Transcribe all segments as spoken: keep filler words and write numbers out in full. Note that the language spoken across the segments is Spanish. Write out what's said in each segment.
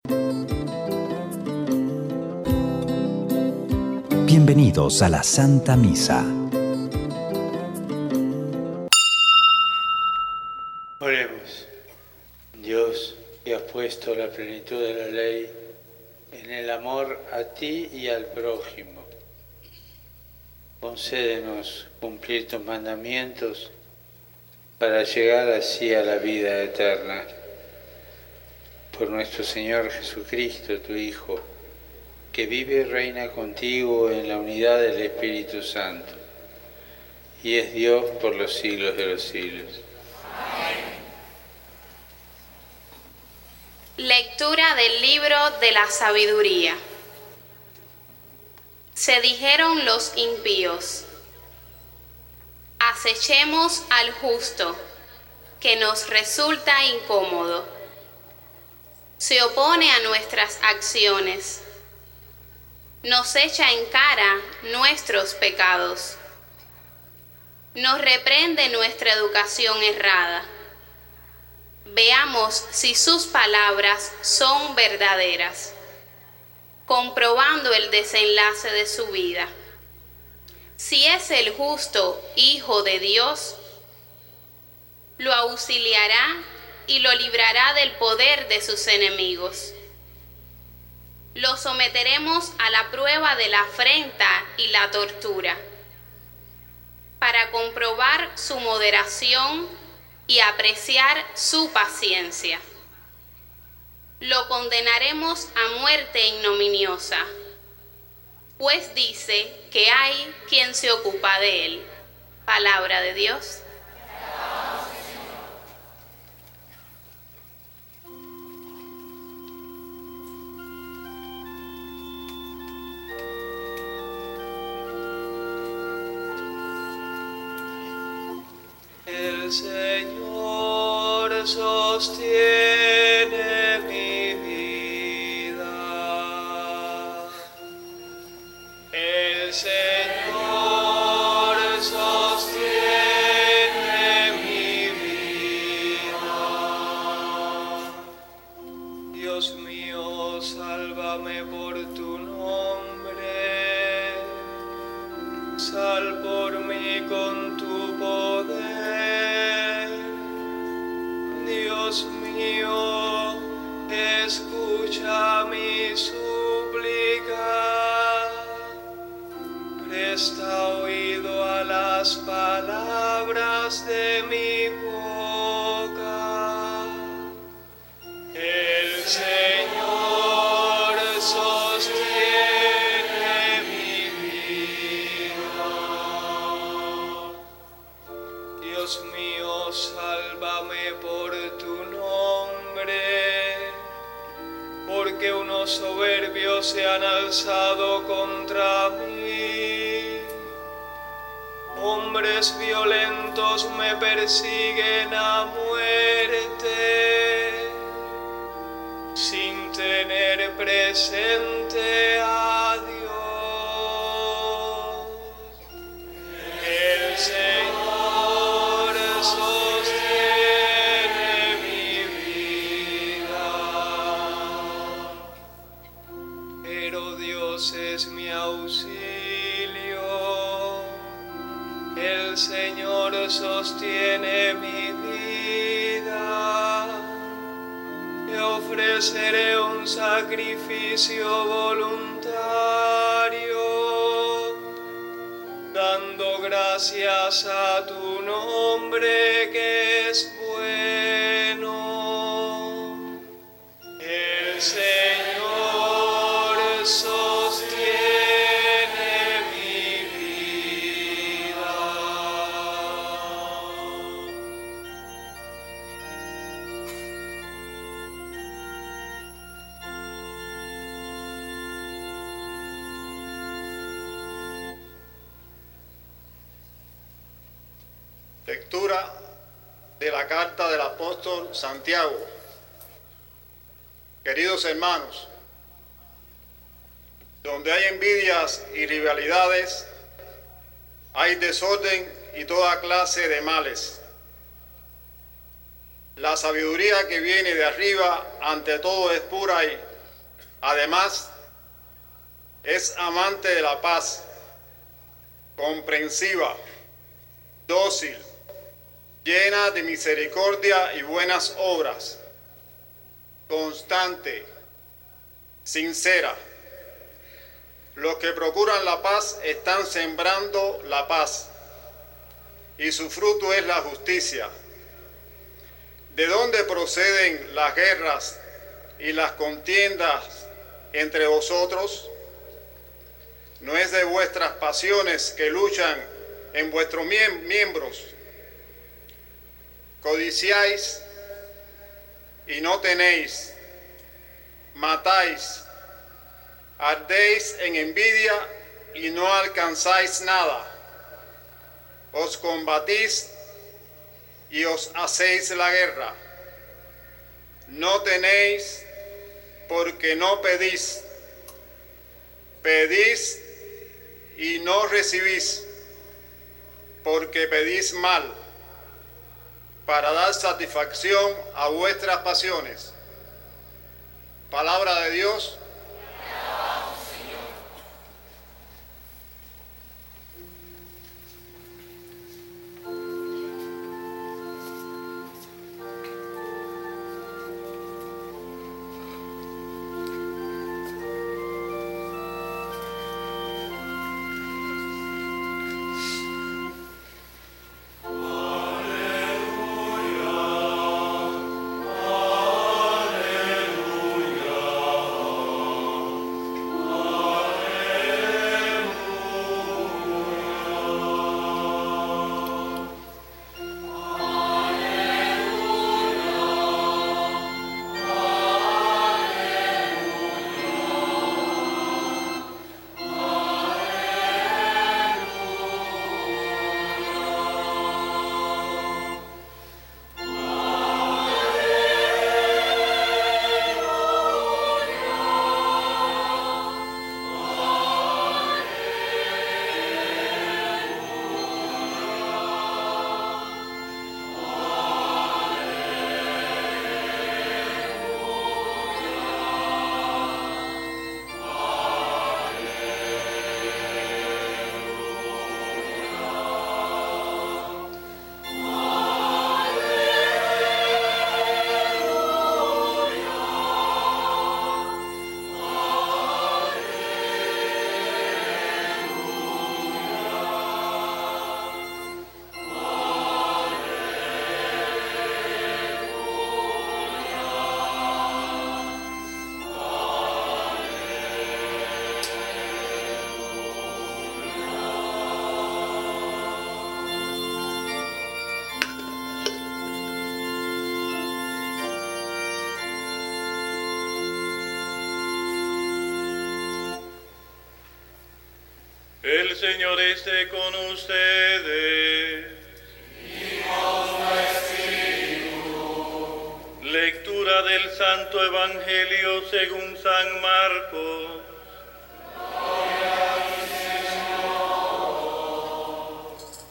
Bienvenidos a la Santa Misa. Oremos. Dios, que has puesto la plenitud de la ley en el amor a ti y al prójimo, concédenos cumplir tus mandamientos para llegar así a la vida eterna. Por nuestro Señor Jesucristo, tu Hijo, que vive y reina contigo en la unidad del Espíritu Santo, y es Dios por los siglos de los siglos. Amén. Lectura del libro de la sabiduría. Se dijeron los impíos: acechemos al justo, que nos resulta incómodo. Se opone a nuestras acciones. Nos echa en cara nuestros pecados. Nos reprende nuestra educación errada. Veamos si sus palabras son verdaderas, comprobando el desenlace de su vida. Si es el justo Hijo de Dios, lo auxiliará y lo librará del poder de sus enemigos. Lo someteremos a la prueba de la afrenta y la tortura, para comprobar su moderación y apreciar su paciencia. Lo condenaremos a muerte ignominiosa, pues dice que hay quien se ocupa de él. Palabra de Dios. El Señor sostiene mi vida. El Señor sostiene mi vida. Dios mío, sálvame por tu nombre. Sal por mí con tu poder. Dios mío, escucha mi súplica, presta oído a las palabras de mi boca. El Señor sostiene mi vida. Dios mío, sálvame por tu nombre, porque unos soberbios se han alzado contra mí. Hombres violentos me persiguen a muerte, sin tener presente a Dios. El Señor sostiene mi vida, pero Dios es mi auxilio. El Señor sostiene mi vida. Te ofreceré un sacrificio voluntario, dando gracias a tu nombre que es bueno. El Señor sostiene mi vida. Lectura de la carta del apóstol Santiago. Queridos hermanos, donde hay envidias y rivalidades, hay desorden y toda clase de males. La sabiduría que viene de arriba ante todo es pura y Además, es amante de la paz, comprensiva, dócil, llena de misericordia y buenas obras, constante, sincera. Los que procuran la paz están sembrando la paz, y su fruto es la justicia. ¿De dónde proceden las guerras y las contiendas entre vosotros? ¿No es de vuestras pasiones que luchan en vuestros miembros? Codiciáis y no tenéis, matáis, ardéis en envidia y no alcanzáis nada, os combatís y os hacéis la guerra. No tenéis porque no pedís, pedís y no recibís, porque pedís mal, para dar satisfacción a vuestras pasiones. Palabra de Dios. El Señor esté con ustedes. Y con tu espíritu. Lectura del Santo Evangelio según San Marcos. Gloria a ti, Señor.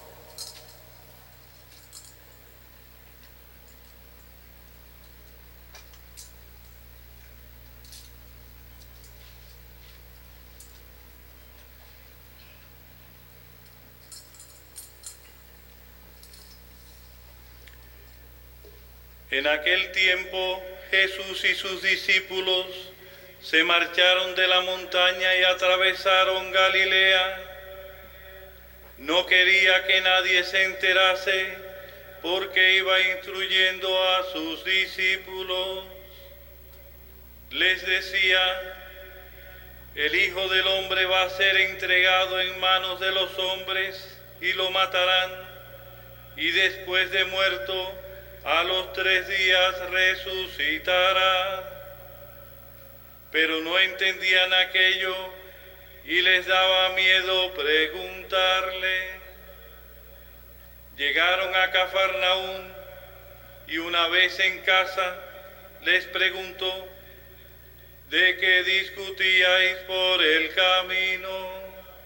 En aquel tiempo Jesús y sus discípulos se marcharon de la montaña y atravesaron Galilea. No quería que nadie se enterase porque iba instruyendo a sus discípulos. Les decía: el Hijo del Hombre va a ser entregado en manos de los hombres y lo matarán, y después de muerto, a los tres días resucitará. Pero no entendían aquello y les daba miedo preguntarle. Llegaron a Cafarnaún y una vez en casa les preguntó: ¿de qué discutíais por el camino?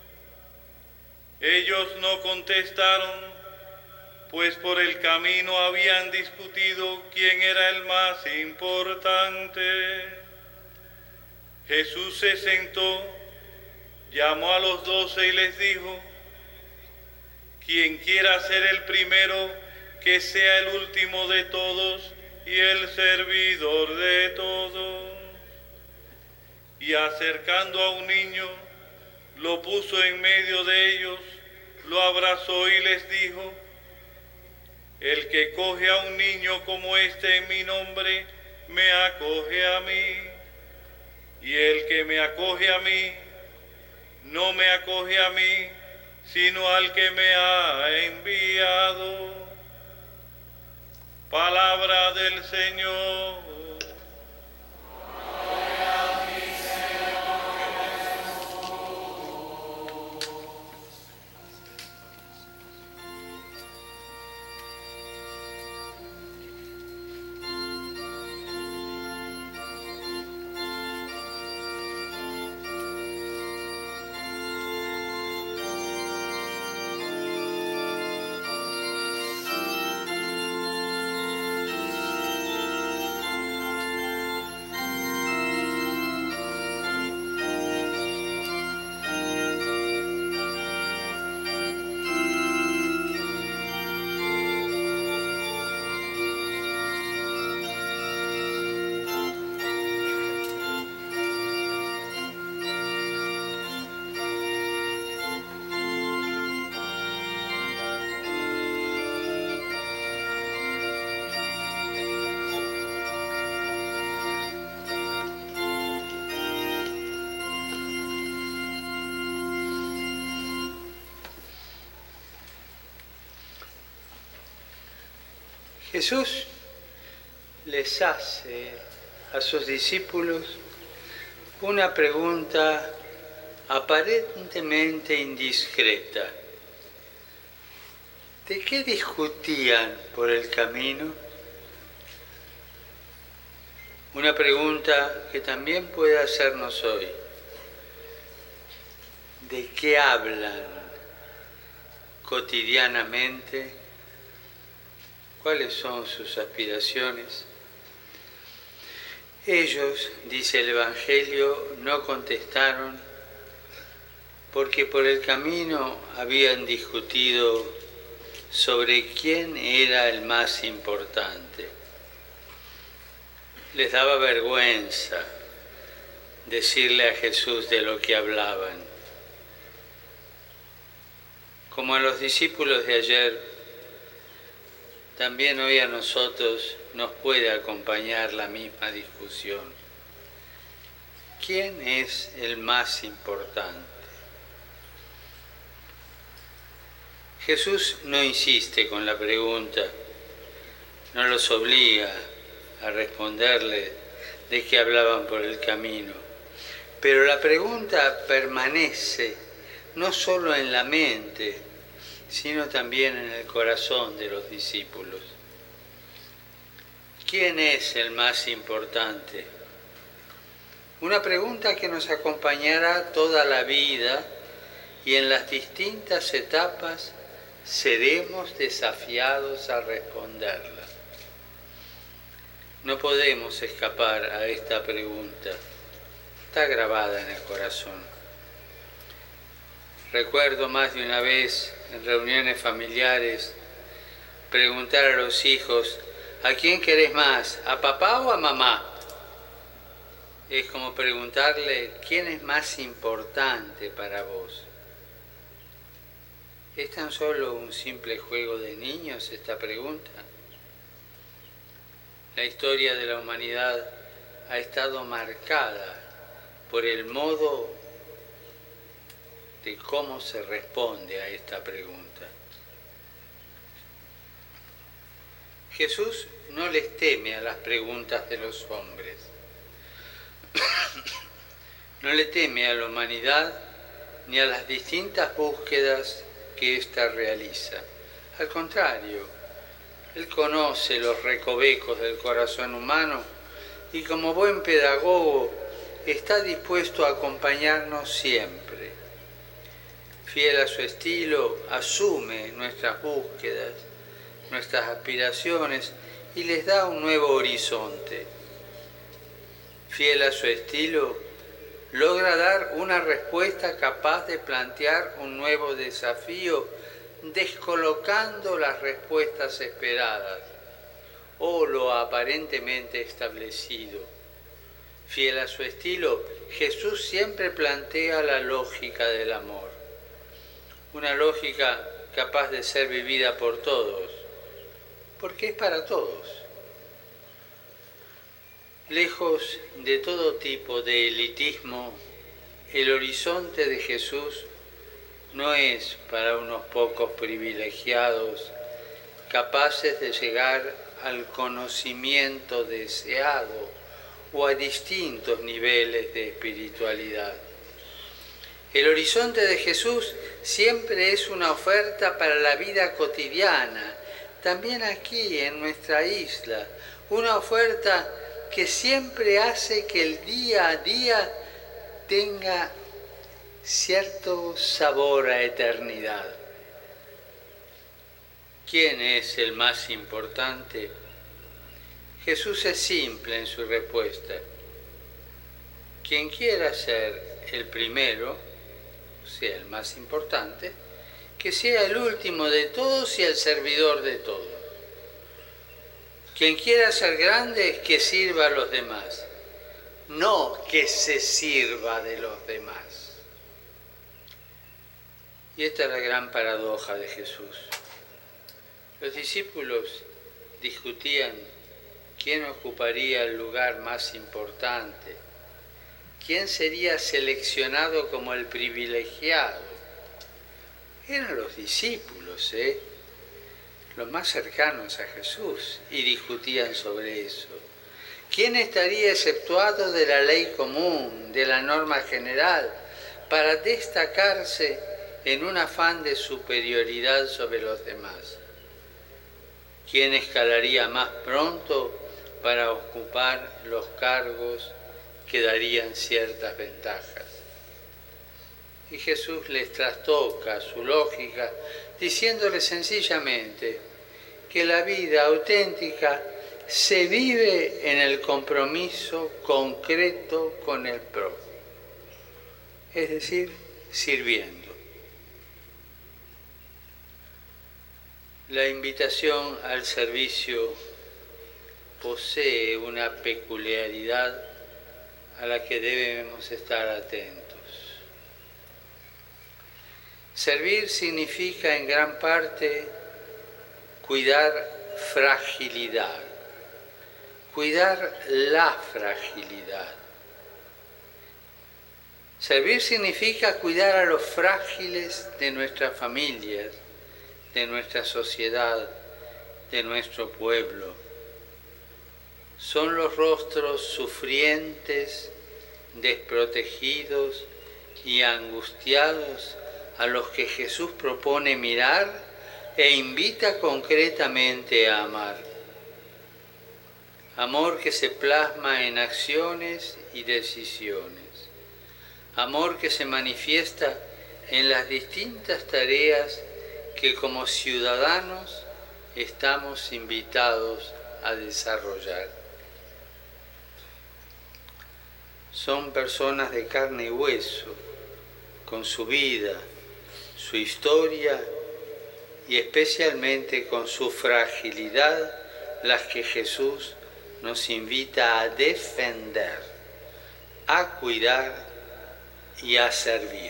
Ellos no contestaron, pues por el camino habían discutido quién era el más importante. Jesús se sentó, llamó a los doce y les dijo: quien quiera ser el primero, que sea el último de todos y el servidor de todos. Y acercando a un niño, lo puso en medio de ellos, lo abrazó y les dijo: el que coge a un niño como este en mi nombre, me acoge a mí. Y el que me acoge a mí, no me acoge a mí, sino al que me ha enviado. Palabra del Señor. Jesús les hace a sus discípulos una pregunta aparentemente indiscreta. ¿De qué discutían por el camino? Una pregunta que también puede hacernos hoy. ¿De qué hablan cotidianamente? ¿Cuáles son sus aspiraciones? Ellos, dice el Evangelio, no contestaron porque por el camino habían discutido sobre quién era el más importante. Les daba vergüenza decirle a Jesús de lo que hablaban. Como a los discípulos de ayer, también hoy a nosotros nos puede acompañar la misma discusión. ¿Quién es el más importante? Jesús no insiste con la pregunta, no los obliga a responderle de qué hablaban por el camino, pero la pregunta permanece no solo en la mente, sino también en el corazón de los discípulos. ¿Quién es el más importante? Una pregunta que nos acompañará toda la vida y en las distintas etapas seremos desafiados a responderla. No podemos escapar a esta pregunta. Está grabada en el corazón. Recuerdo más de una vez en reuniones familiares preguntar a los hijos: ¿a quién querés más? ¿A papá o a mamá? Es como preguntarle: ¿quién es más importante para vos? ¿Es tan solo un simple juego de niños esta pregunta? La historia de la humanidad ha estado marcada por el modo de cómo se responde a esta pregunta. Jesús no les teme a las preguntas de los hombres. No le teme a la humanidad ni a las distintas búsquedas que ésta realiza. Al contrario, Él conoce los recovecos del corazón humano y como buen pedagogo está dispuesto a acompañarnos siempre. Fiel a su estilo, asume nuestras búsquedas, nuestras aspiraciones y les da un nuevo horizonte. Fiel a su estilo, logra dar una respuesta capaz de plantear un nuevo desafío, descolocando las respuestas esperadas o lo aparentemente establecido. Fiel a su estilo, Jesús siempre plantea la lógica del amor, una lógica capaz de ser vivida por todos, porque es para todos. Lejos de todo tipo de elitismo, el horizonte de Jesús no es para unos pocos privilegiados capaces de llegar al conocimiento deseado o a distintos niveles de espiritualidad. El horizonte de Jesús siempre es una oferta para la vida cotidiana, también aquí en nuestra isla, una oferta que siempre hace que el día a día tenga cierto sabor a eternidad. ¿Quién es el más importante? Jesús es simple en su respuesta. Quien quiera ser el primero, sea el más importante, que sea el último de todos y el servidor de todos. Quien quiera ser grande, que sirva a los demás, no que se sirva de los demás. Y esta es la gran paradoja de Jesús. Los discípulos discutían quién ocuparía el lugar más importante, quién sería seleccionado como el privilegiado. Eran los discípulos, ¿eh? los más cercanos a Jesús, y discutían sobre eso. ¿Quién estaría exceptuado de la ley común, de la norma general, para destacarse en un afán de superioridad sobre los demás? ¿Quién escalaría más pronto para ocupar los cargos que darían ciertas ventajas? Y Jesús les trastoca su lógica, diciéndoles sencillamente que la vida auténtica se vive en el compromiso concreto con el prójimo, es decir, sirviendo. La invitación al servicio posee una peculiaridad a la que debemos estar atentos. Servir significa en gran parte cuidar fragilidad, cuidar la fragilidad. Servir significa cuidar a los frágiles de nuestras familias, de nuestra sociedad, de nuestro pueblo. Son los rostros sufrientes, desprotegidos y angustiados a los que Jesús propone mirar e invita concretamente a amar. Amor que se plasma en acciones y decisiones. Amor que se manifiesta en las distintas tareas que como ciudadanos estamos invitados a desarrollar. Son personas de carne y hueso, con su vida, su historia y especialmente con su fragilidad, las que Jesús nos invita a defender, a cuidar y a servir.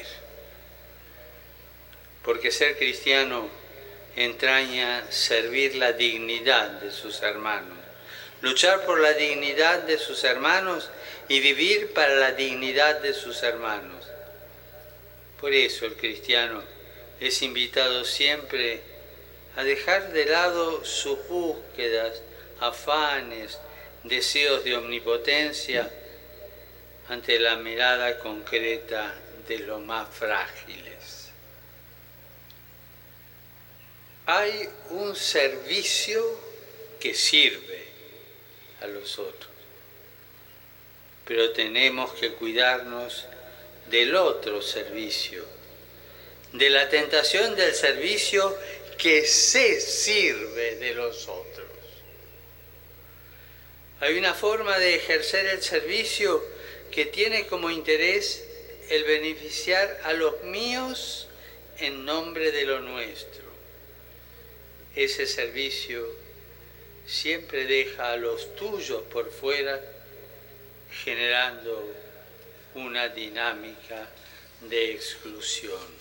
Porque ser cristiano entraña servir la dignidad de sus hermanos, luchar por la dignidad de sus hermanos y vivir para la dignidad de sus hermanos. Por eso el cristiano es invitado siempre a dejar de lado sus búsquedas, afanes, deseos de omnipotencia ante la mirada concreta de los más frágiles. Hay un servicio que sirve a los otros, pero tenemos que cuidarnos del otro servicio, de la tentación del servicio que se sirve de los otros. Hay una forma de ejercer el servicio que tiene como interés el beneficiar a los míos en nombre de lo nuestro. Ese servicio siempre deja a los tuyos por fuera, generando una dinámica de exclusión.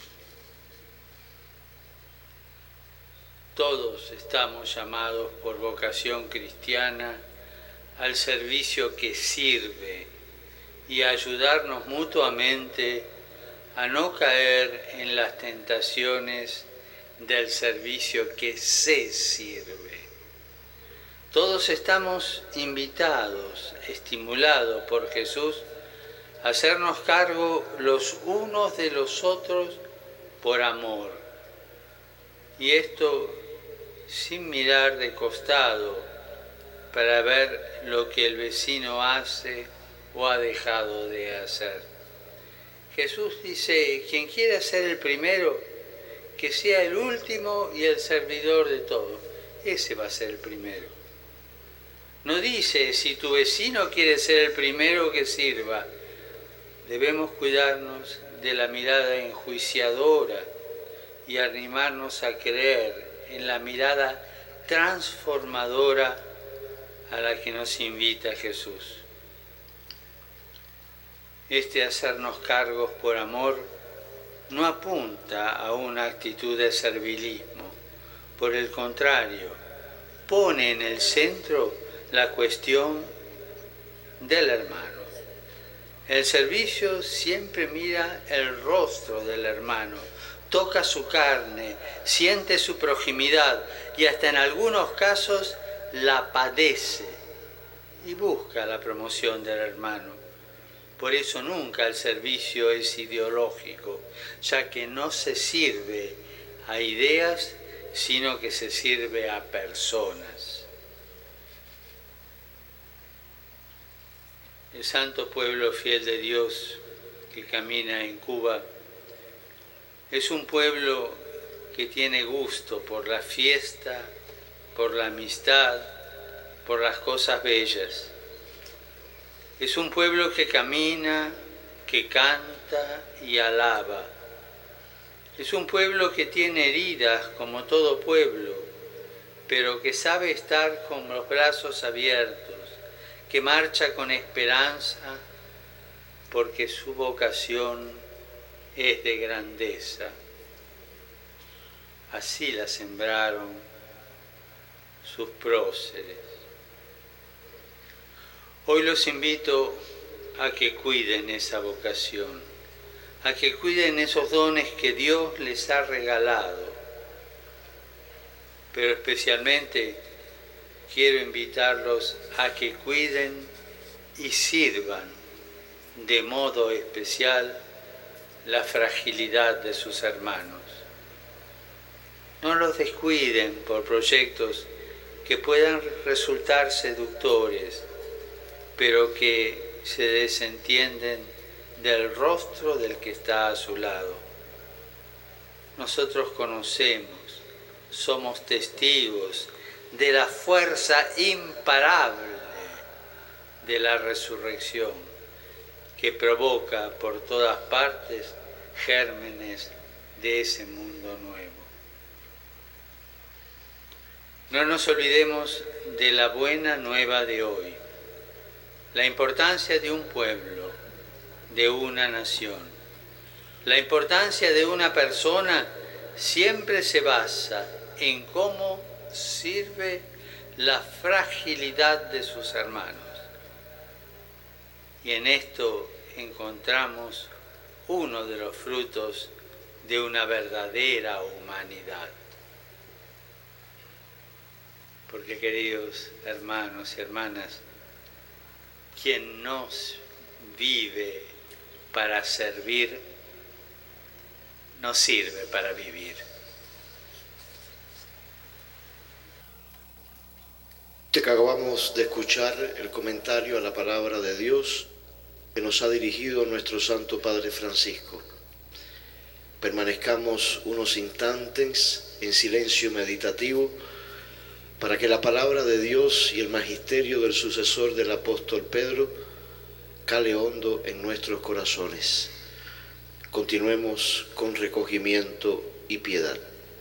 Todos estamos llamados por vocación cristiana al servicio que sirve y a ayudarnos mutuamente a no caer en las tentaciones del servicio que se sirve. Todos estamos invitados, estimulados por Jesús, a hacernos cargo los unos de los otros por amor. Y esto sin mirar de costado para ver lo que el vecino hace o ha dejado de hacer. Jesús dice, quien quiera ser el primero, que sea el último y el servidor de todos. Ese va a ser el primero. No dice, si tu vecino quiere ser el primero, que sirva. Debemos cuidarnos de la mirada enjuiciadora y animarnos a creer en la mirada transformadora a la que nos invita Jesús. Este hacernos cargos por amor no apunta a una actitud de servilismo. Por el contrario, pone en el centro la cuestión del hermano. El servicio siempre mira el rostro del hermano, toca su carne, siente su proximidad y hasta en algunos casos la padece y busca la promoción del hermano. Por eso nunca el servicio es ideológico, ya que no se sirve a ideas, sino que se sirve a personas. El santo pueblo fiel de Dios que camina en Cuba es un pueblo que tiene gusto por la fiesta, por la amistad, por las cosas bellas. Es un pueblo que camina, que canta y alaba. Es un pueblo que tiene heridas como todo pueblo, pero que sabe estar con los brazos abiertos, que marcha con esperanza, porque su vocación es de grandeza. Así la sembraron sus próceres. Hoy los invito a que cuiden esa vocación, a que cuiden esos dones que Dios les ha regalado. Pero especialmente quiero invitarlos a que cuiden y sirvan de modo especial la fragilidad de sus hermanos. No los descuiden por proyectos que puedan resultar seductores, pero que se desentienden del rostro del que está a su lado. Nosotros conocemos, somos testigos de la fuerza imparable de la resurrección que provoca por todas partes gérmenes de ese mundo nuevo. No nos olvidemos de la buena nueva de hoy, la importancia de un pueblo, de una nación. La importancia de una persona siempre se basa en cómo sirve la fragilidad de sus hermanos. Y en esto encontramos uno de los frutos de una verdadera humanidad. Porque, queridos hermanos y hermanas, quien no vive para servir, no sirve para vivir. Te acabamos de escuchar el comentario a la palabra de Dios que nos ha dirigido nuestro Santo Padre Francisco. Permanezcamos unos instantes en silencio meditativo para que la palabra de Dios y el magisterio del sucesor del apóstol Pedro cale hondo en nuestros corazones. Continuemos con recogimiento y piedad.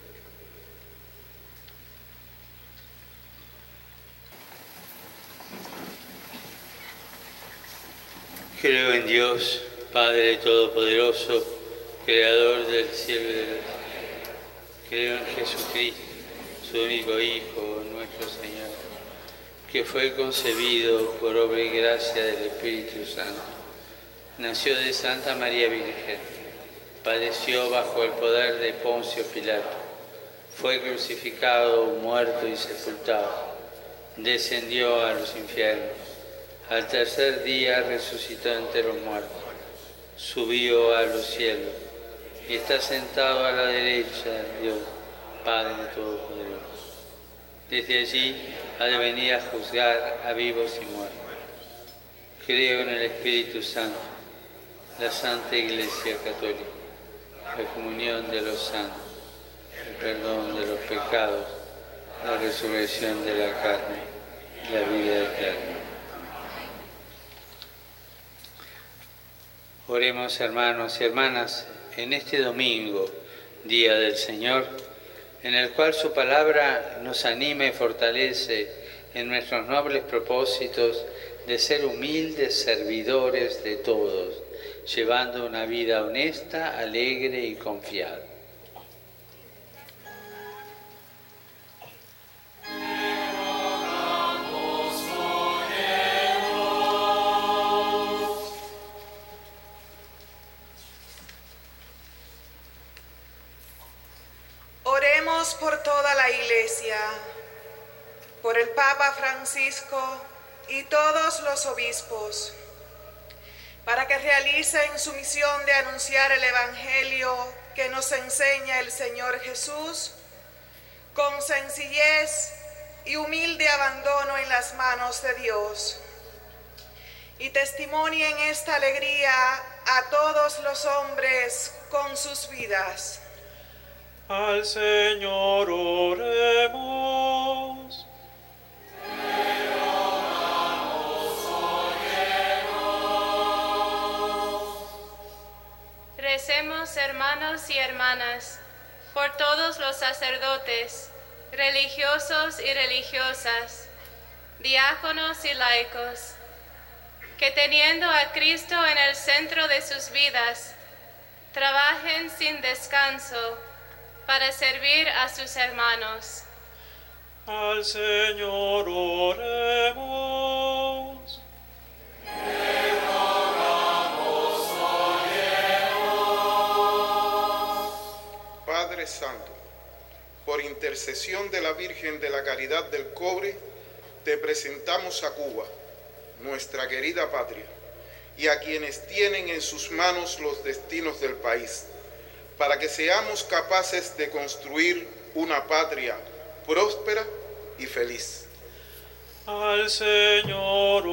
Creo en Dios, Padre Todopoderoso, Creador del cielo y de la tierra. Creo en Jesucristo, su único Hijo, nuestro Señor, que fue concebido por obra y gracia del Espíritu Santo. Nació de Santa María Virgen, padeció bajo el poder de Poncio Pilato, fue crucificado, muerto y sepultado, descendió a los infiernos. Al tercer día resucitó entre los muertos, subió a los cielos y está sentado a la derecha de Dios, Padre Todopoderoso. Desde allí ha de venir a juzgar a vivos y muertos. Creo en el Espíritu Santo, la Santa Iglesia Católica, la comunión de los santos, el perdón de los pecados, la resurrección de la carne y la vida eterna. Oremos, hermanos y hermanas, en este domingo, Día del Señor, en el cual su palabra nos anima y fortalece en nuestros nobles propósitos de ser humildes servidores de todos, llevando una vida honesta, alegre y confiada. Oremos por toda la Iglesia, por el Papa Francisco y todos los obispos, para que realicen su misión de anunciar el Evangelio que nos enseña el Señor Jesús, con sencillez y humilde abandono en las manos de Dios, y testimonien esta alegría a todos los hombres con sus vidas. Al Señor oremos. Te rogamos, óyenos. Recemos, hermanos y hermanas, por todos los sacerdotes, religiosos y religiosas, diáconos y laicos, que teniendo a Cristo en el centro de sus vidas, trabajen sin descanso para servir a sus hermanos. Al Señor oremos. Te rogamos, óyenos. Padre Santo, por intercesión de la Virgen de la Caridad del Cobre, te presentamos a Cuba, nuestra querida patria, y a quienes tienen en sus manos los destinos del país, para que seamos capaces de construir una patria próspera y feliz. Al Señor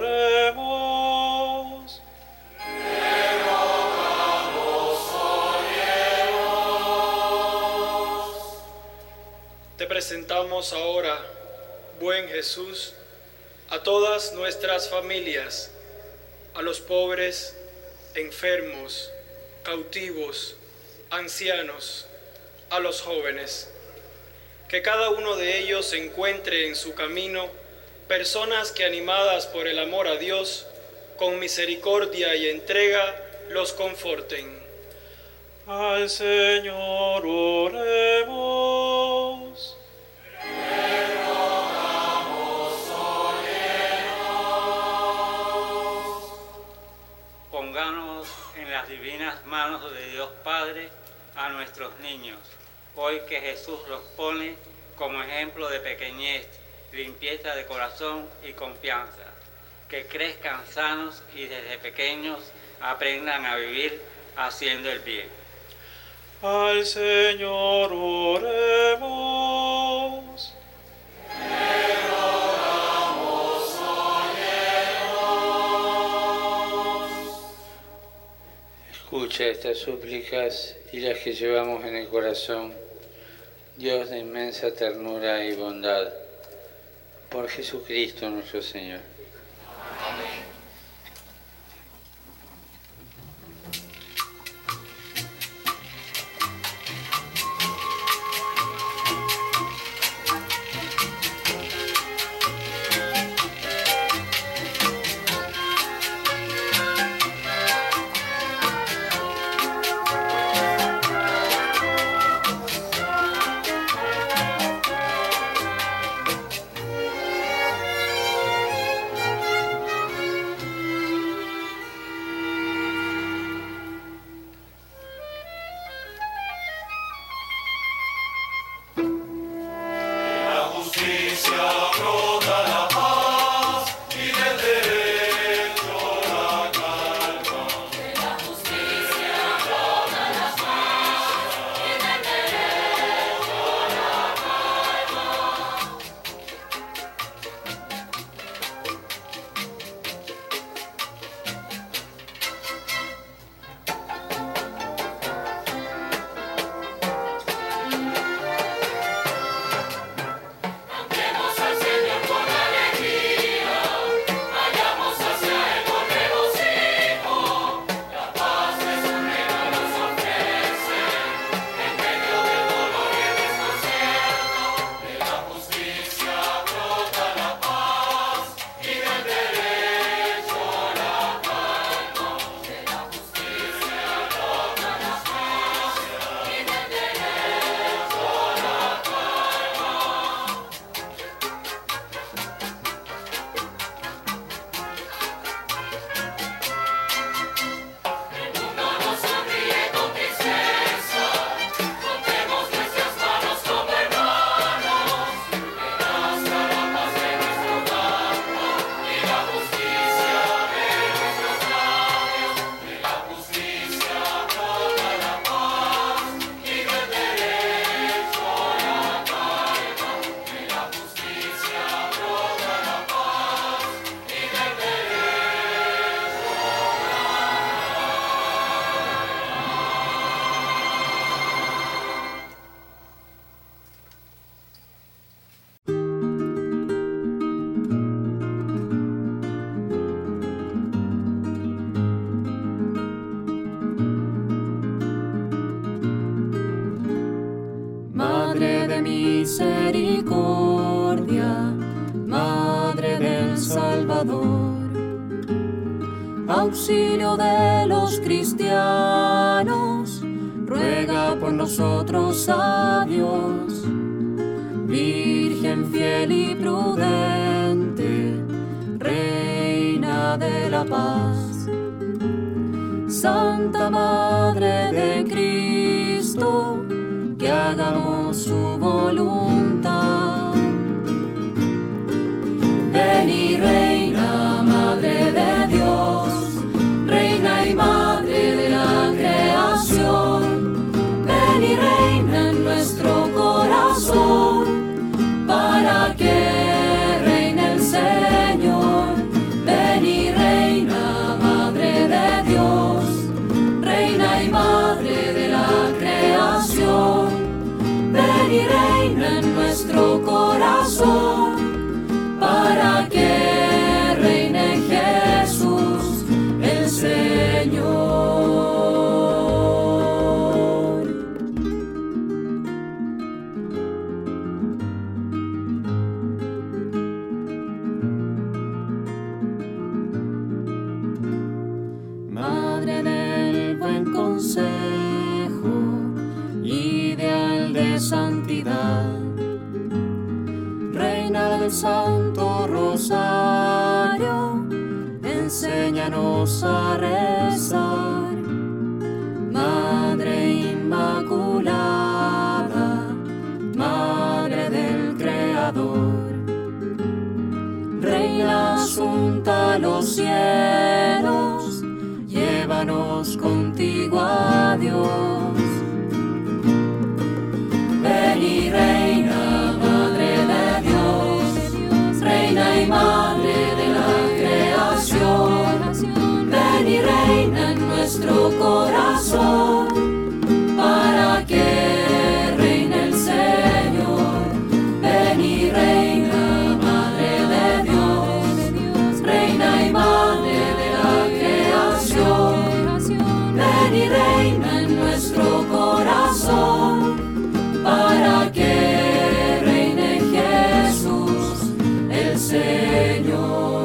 oremos. Te rogamos, óyenos. Te presentamos ahora, buen Jesús, a todas nuestras familias, a los pobres, enfermos, cautivos, ancianos, a los jóvenes, que cada uno de ellos encuentre en su camino personas que, animadas por el amor a Dios, con misericordia y entrega, los conforten. Al Señor oremos. Te rogamos, óyenos. Pongámonos en las divinas manos de Dios Padre a nuestros niños, hoy que Jesús los pone como ejemplo de pequeñez, limpieza de corazón y confianza, que crezcan sanos y desde pequeños aprendan a vivir haciendo el bien. Al Señor oremos. Te rogamos, óyenos. Escucha estas súplicas y las que llevamos en el corazón, Dios de inmensa ternura y bondad, por Jesucristo nuestro Señor. Amén. de misericordia, Madre del Salvador, auxilio de los cristianos, ruega por nosotros a Dios. Virgen fiel y prudente, Reina de la paz, Santa Madre de Cristo, que hagamos su voluntad. Ven y reina, Madre de Dios, Reina y Madre de la creación. Ven y reina en nuestro corazón, para que reine el Señor. Ven y reina, Madre de Dios, Reina y Madre de la creación. Ven y reina en nuestro corazón, para que reine Jesús el Señor. Madre del buen consejo, ideal de santidad, Reina del Santo Rosario, enséñanos a rezar. Madre Inmaculada, Madre del Creador, Reina asunta a los cielos, llévanos contigo a Dios. Ven y reina, Madre de Dios, Reina y Madre de la creación. Ven y reina en nuestro corazón, para que reine el Señor. Ven y reina, Madre de Dios, Reina y Madre de la creación. Ven y reina en nuestro corazón, para que reine Jesús el Señor.